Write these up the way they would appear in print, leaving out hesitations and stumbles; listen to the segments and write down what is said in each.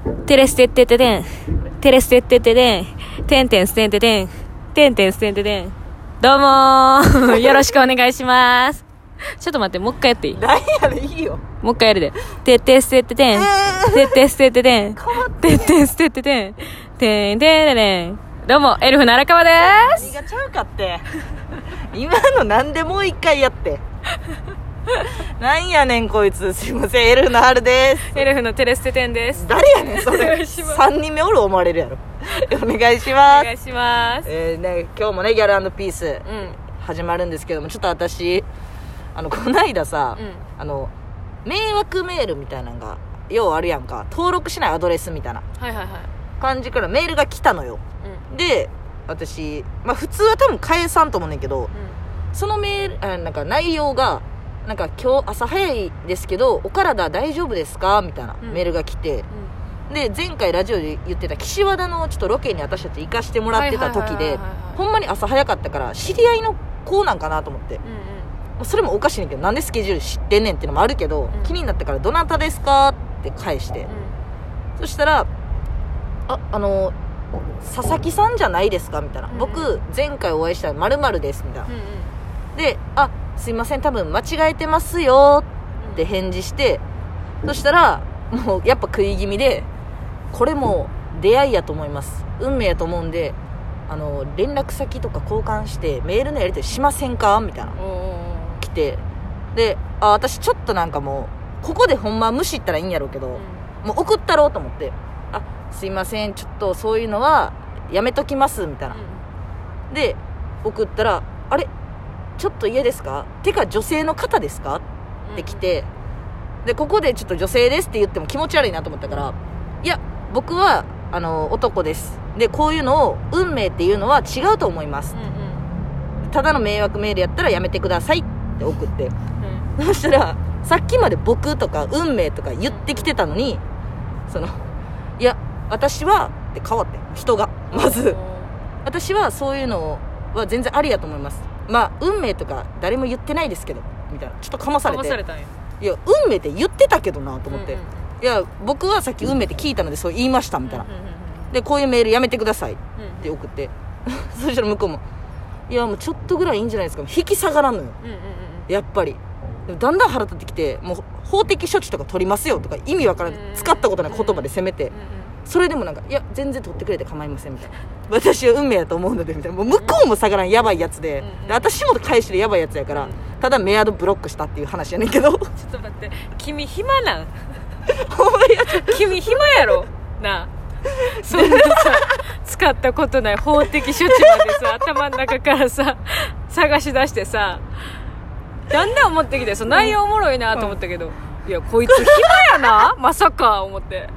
テレステッテテテンテレステッテテテンテンテンステンテテンテンテンステンテテン。どうもーよろしくお願いします。ちょっと待って、もう一回やっていい？ 何やねん、いいよ。 もう一回やるで。テテステテテンテテステテテンテテステテテンテンテンテテン。どうもエルフの荒川です。 何がちゃうかって今のなんでもう一回やってなんやねんこいつ。すいません、エルフの春です。 エルフのテレステテンです。 誰やねんそれ3人目おる思われるやろお願いします。 お願いします。 ね、今日もねギャル&ピース始まるんですけども、ちょっと私こないださ、迷惑メールみたいなのがようあるやんか。登録しないアドレスみたいな感じからメールが来たのよ、で私、普通は多分返さんと思うねんけど、そのメールなんか内容がなんか今日朝早いですけどお体大丈夫ですかみたいなメールが来て、で前回ラジオで言ってた岸和田のちょっとロケに私たち行かしてもらってた時で、ほんまに朝早かったから知り合いの子なんかなと思って、それもおかしいねんけど、なんでスケジュール知ってんねんっていうのもあるけど、気になったからどなたですかって返して、そしたら佐々木さんじゃないですかみたいな、僕前回お会いしたら〇〇ですみたいな、で、すいません多分間違えてますよって返事して、そしたらもうやっぱ食い気味で、これも出会いやと思います、運命やと思うんで連絡先とか交換してメールのやり取りしませんかみたいな来て、で私ちょっとなんかもうここでほんま無視ったらいいんやろうけど、もう送ったろうと思って、すいませんちょっとそういうのはやめときますみたいな、で送ったら、あれちょっと家ですか、てか女性の方ですかって来て、でここでちょっと女性ですって言っても気持ち悪いなと思ったから、いや僕は男です、でこういうのを運命っていうのは違うと思います、ただの迷惑メールやったらやめてくださいって送って、そしたらさっきまで僕とか運命とか言ってきてたのに、いや私はって変わって、人がまず私はそういうのは全然ありやと思います、運命とか誰も言ってないですけどみたいな、ちょっとかまされて、 たんや。 いや運命って言ってたけどなと思って、いや僕はさっき運命って聞いたのでそう言いましたみたいな、でこういうメールやめてくださいって送って、そしたら向こうもいやもうちょっとぐらいいいんじゃないですか、引き下がらんのよ、やっぱり。でもだんだん腹立ってきて、もう法的処置とか取りますよとか意味わからん、使ったことない言葉で責めて、それでもなんかいや全然取ってくれて構いませんみたいな、私は運命だと思うのでみたいな、もう向こうも下がらんやばいやつで、私も返してるやばいやつやから、ただメアドブロックしたっていう話やねんけどちょっと待って、君暇なんほんまや君暇やろなあそんなさ使ったことない法的処置までさ頭の中からさ探し出してさ、だんだん思ってきて、内容おもろいなと思ったけど、いやこいつ暇やなまさか思って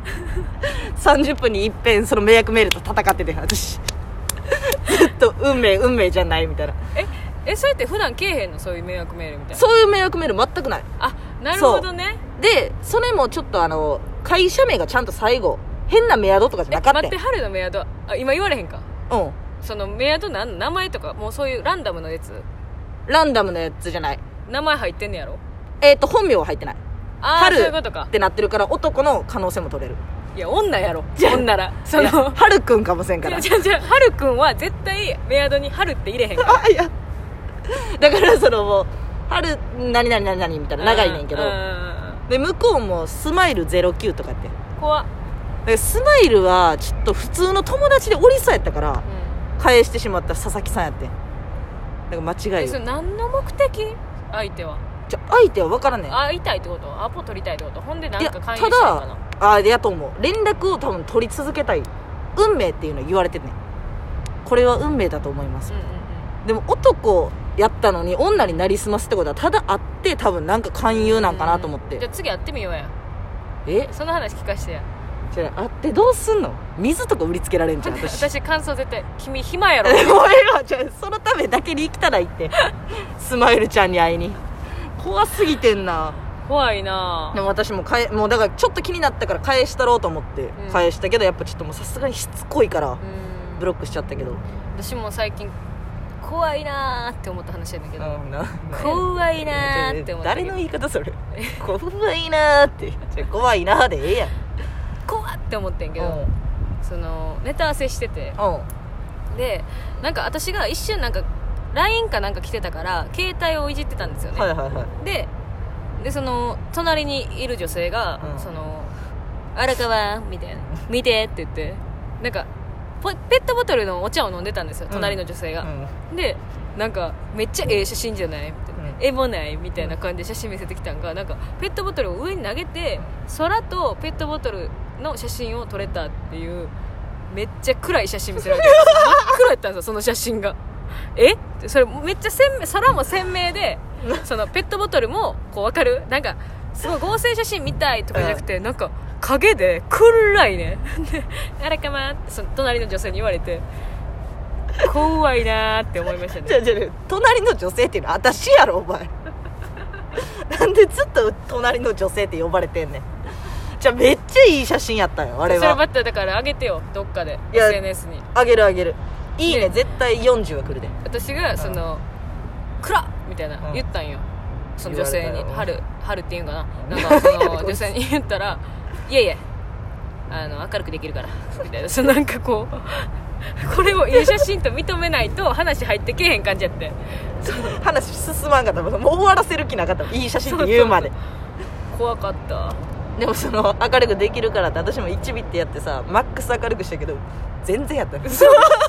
30分に一遍その迷惑メールと戦ってて、私ずっと運命じゃないみたいな。 そうやって普段けえへんの、そういう迷惑メールみたいな。 そういう迷惑メール全くない。 なるほどね。 でそれもちょっと会社名がちゃんと最後変なメアドとかじゃなかった。 待って、春のメアド今言われへんか。そのメアド名前とかもうそういうランダムのやつ。 ランダムのやつじゃない。 名前入ってんねやろ。 本名は入ってない。 そういうことかってなってるから男の可能性も取れる。 いや女やろ、女ら春くんかもせんから。 じゃ春くんは絶対メアドに春って入れへんから。 いやだからもう春何々何々みたいな長いねんけど、で向こうもスマイル09とかって怖っ。 でスマイルはちょっと普通の友達でおりそうやったから、返してしまったら佐々木さんやってん。だから間違いよ。 それ何の目的？相手は相手は分からんねん。 会いたいってこと？アポ取りたいってこと？ほんでなんか勧誘したいかな。 ただやと思う。連絡を多分取り続けたい運命っていうの言われてんねん。これは運命だと思います、でも男やったのに女になりすますってことはただ会って多分なんか勧誘なんかなと思って、 じゃあ次会ってみようや。その話聞かしてや。 じゃあ会ってどうすんの？水とか売りつけられんじゃん私感想絶対君暇やろじゃあそのためだけに行きたらいいってスマイルちゃんに会いに。怖すぎてんな。 怖いな。 でも私ももうだからちょっと気になったから返したろうと思って返したけど、やっぱちょっともうさすがにしつこいからブロックしちゃったけど、 私も最近怖いなーって思った話やねんけど、怖いなーって思った。 誰の言い方それ怖いなーって。じゃ怖いなーでええやん。 怖っって思ってんけど、そのネタ合わせしてて、でなんか私が一瞬なんか LINE かなんか来てたから携帯をいじってたんですよね、 はいはいはい、 でその隣にいる女性が、その荒川みたいな見てって言ってなんかペットボトルのお茶を飲んでたんですよ、隣の女性が、でなんかめっちゃええ写真じゃないみたいな、エモないみたいな感じで写真見せてきたんが、なんかペットボトルを上に投げて空とペットボトルの写真を撮れたっていうめっちゃ暗い写真見せられて真っ暗やったんですよその写真が。それめっちゃ空も鮮明でそのペットボトルもこう分かる、なんかすごい合成写真みたいとかじゃなくて、なんか影で暗いねであれかまってその隣の女性に言われて怖いなーって思いましたね。 じゃ隣の女性っていうのは私やろお前なんでずっと隣の女性って呼ばれてんねん。じゃあめっちゃいい写真やったよあれは。 そればったらだからあげてよどっかで SNS に。 あげるいいね、絶対40は来るで。 私がその暗っみたいな言ったんよ、その女性に。春っていうんかな、なんかその女性に言ったらいや明るくできるからみたいな、そのなんかこうこれをいい写真と認めないと話入ってけえへん感じやって、 話進まんかったもう終わらせる気なかったいい写真って言うまで。 怖かった。 でもその明るくできるからって私も1ビってやってさマックス明るくしたけど全然やったね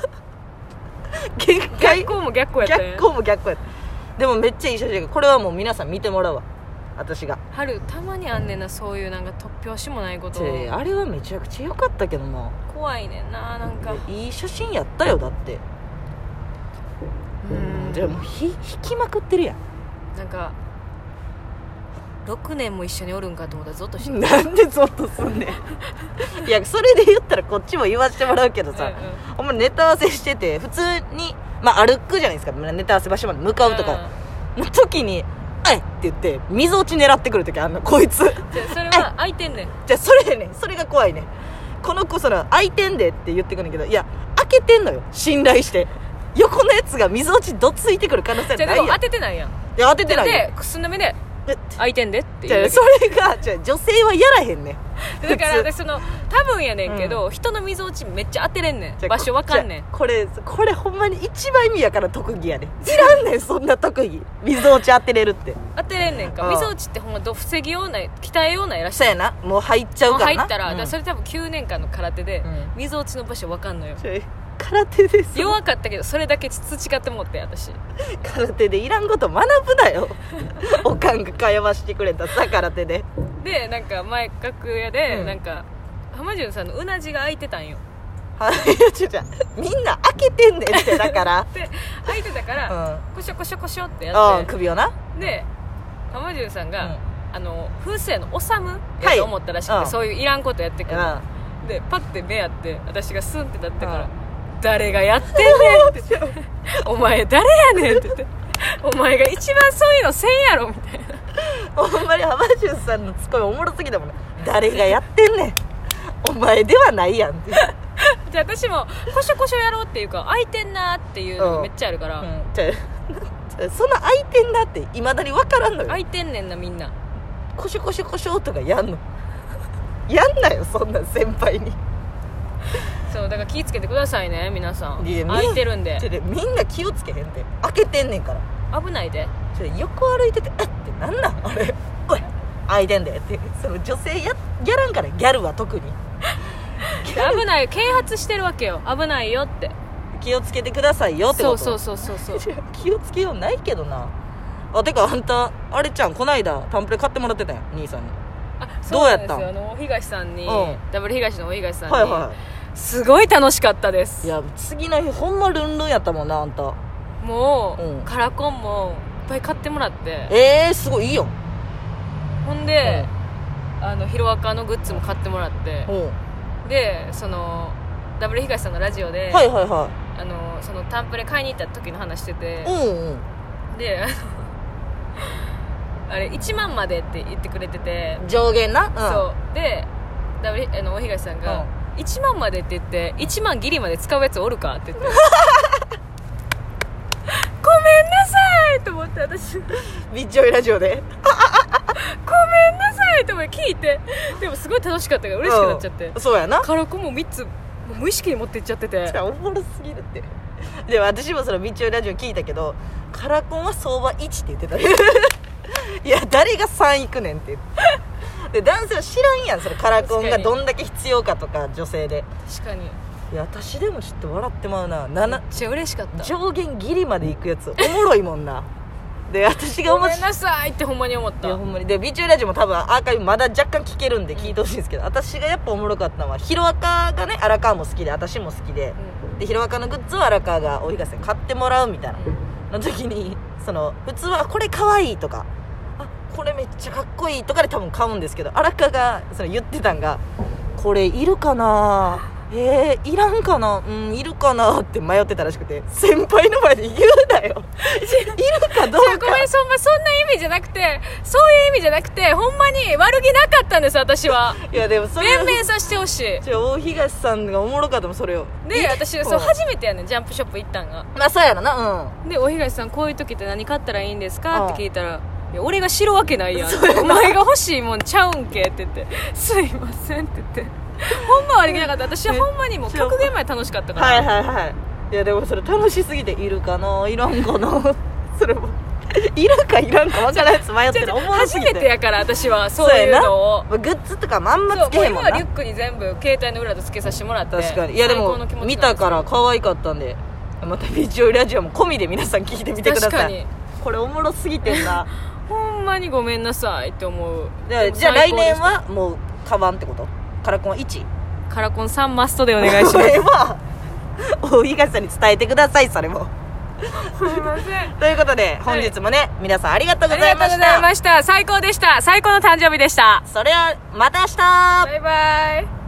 限界逆光も逆光やったね。 逆光も逆光やった。でもめっちゃいい写真やからこれはもう皆さん見てもらうわ私が。 春たまにあんねんなそういうなんか突拍子もないこと。 あれはめちゃくちゃ良かったけどな。 怖いねんな、なんかいい写真やったよだって。じゃあもう引きまくってるやん。 なんか6年も一緒におるんかと思ったらゾッとしてなんでゾッとすんねんいやそれで言ったらこっちも言わせてもらうけどさ、お前ネタ合わせしてて普通に歩くじゃないですか、ネタ合わせ場所まで向かうとかの時に「あい!」って言って水落ち狙ってくる時あんのこいつ。じゃそれは開いてんねん。 じゃそれが怖いねん。この子開いてんでって言ってくるんだけど、いや開けてんのよ信頼して。横のやつが水落ちどついてくる可能性ないやん。 でも当ててないやん。 いや当ててないよ。 でくすんだ目で開いてんでっていう。 それが女性はやらへんねん。 だから私多分やねんけど、人の水落ちめっちゃ当てれんねん。場所わかんねん。 これほんまに一番意味やから特技やねん。いらんねんそんな特技。水落ち当てれるって当てれんねんか。水落ちってほんま防ぎようない鍛えようないらしい。 そうやな、もう入っちゃうからな。 入ったら、だからそれ多分9年間の空手で水落ちの場所わかんのよ。 空手です弱かったけどそれだけ培ってもって私空手でいらんこと学ぶなよおかんが通わしてくれたさ空手で。 でなんか前楽屋で、なんか浜潤さんのうなじが開いてたんよ。 みんな開けてんねんってだからで開いてたから、コショコショコショってやって首をな。 で浜潤さんが、風船のおさむやと思ったらしくて、そういういらんことやってくる、でパッて目合って私がスンってなったから、誰がやってんねんって言ってお前誰やねんって言って、お前が一番そういうのせんやろみたいな。 ほんまに浜潤さんのツッコミおもろすぎだもんね。誰がやってんねんお前ではないやんってじゃあ私もコショコショやろうっていうか開いてんなっていうのがめっちゃあるから、 その開いてんなっていまだに分からんのよ。 開いてんねんなみんな。 コショコショコショとかやんのやんなよそんなん先輩に。 そうだから気ぃつけてくださいね皆さん。 開いてるんでみんな気をつけへんって。開けてんねんから危ないで。 横歩いててってなんなんあれおい開いてんでってその女性やらんからギャルは特に危ない啓発してるわけよ。危ないよって気をつけてくださいよってこと。 そう気をつけようないけどな。てかあんたあれちゃんこないだタンプレ買ってもらってたやん兄さんに。どうやったん？ 東さんに、ダブル東のお東さんに、すごい楽しかったです。 いや次の日ほんまルンルンやったもんなあんた。 もう、カラコンもいっぱい買ってもらって。 すごいいいよ。 ほんで、ヒロアカのグッズも買ってもらって、でそのダブル東さんのラジオで、そのタンプレ買いに行った時の話してて、であれ1万までって言ってくれてて上限な、 そうでお東さんが、1万までって言って1万ギリまで使うやつおるかって言ってごめんなさいと思って私ビッチョイラジオでごめんなさいいと思い聞いて、でもすごい楽しかったから嬉しくなっちゃって、 そうやな。 カラコンも3つもう無意識に持っていっちゃってて、 おもろすぎるって。でも私もそのビチューラジオ聞いたけど、カラコンは相場1って言ってたねいや誰が3いくねんって言ってで男性は知らんやん、それカラコンがどんだけ必要かとか、女性で。 確かに。 いや私でもちょっと笑ってまうな。 めっちゃ嬉しかった。 上限ギリまで行くやつおもろいもんなで私がごめんなさいってほんまに思った。 いやほんまに。でビチューラジオも多分アーカイブまだ若干聞けるんで聞いてほしいんですけど、私がやっぱおもろかったのは、ヒロアカがね、荒川も好きで私も好きで、でヒロアカのグッズを荒川が大東さんに買ってもらうみたいなの時に、その普通はこれかわいいとか、あこれめっちゃかっこいいとかで多分買うんですけど、荒川がその言ってたんが、これいるかないらんかな、いるかなって迷ってたらしくて、先輩の前で言うなよいるかどうか。 ごめん、そんな意味じゃなくて、そういう意味じゃなくて、ほんまに悪気なかったんです私は。 いやでもそれ弁明させてほしい。 大東さんがおもろかったもん、それを。 で私そう初めてやねん、ジャンプショップ行ったんが。 まあそうやろな。 で大東さん、こういう時って何買ったらいいんですかって聞いたら、いや俺が知るわけないやん、お前が欲しいもんちゃうんけって言って、すいませんって言って、ほんま悪気なかった。私はほんまにもう極限まで楽しかったから。 はいはいはい。いやでもそれ楽しすぎて、いるかないらんかなそれもいるかいらんか分からんやつ迷ってる。 初めてやから私はそういうのを。 グッズとかまんまつけへんもんな。 今はリュックに全部携帯の裏とつけさせてもらって。 確かに。いやでも見たから可愛かったんで、またビジュアルラジオも込みで皆さん聞いてみてください。 確かにこれおもろすぎてんなほんまにごめんなさいって思う。 じゃあ来年はもうカバンってこと？カラコン1？ カラコン3マストでお願いします。 それは大東さんに伝えてください、それもすいませんということで本日もね、皆さんありがとうございました。 ありがとうございました。最高でした。最高の誕生日でした。 それはまた明日。 バイバイ。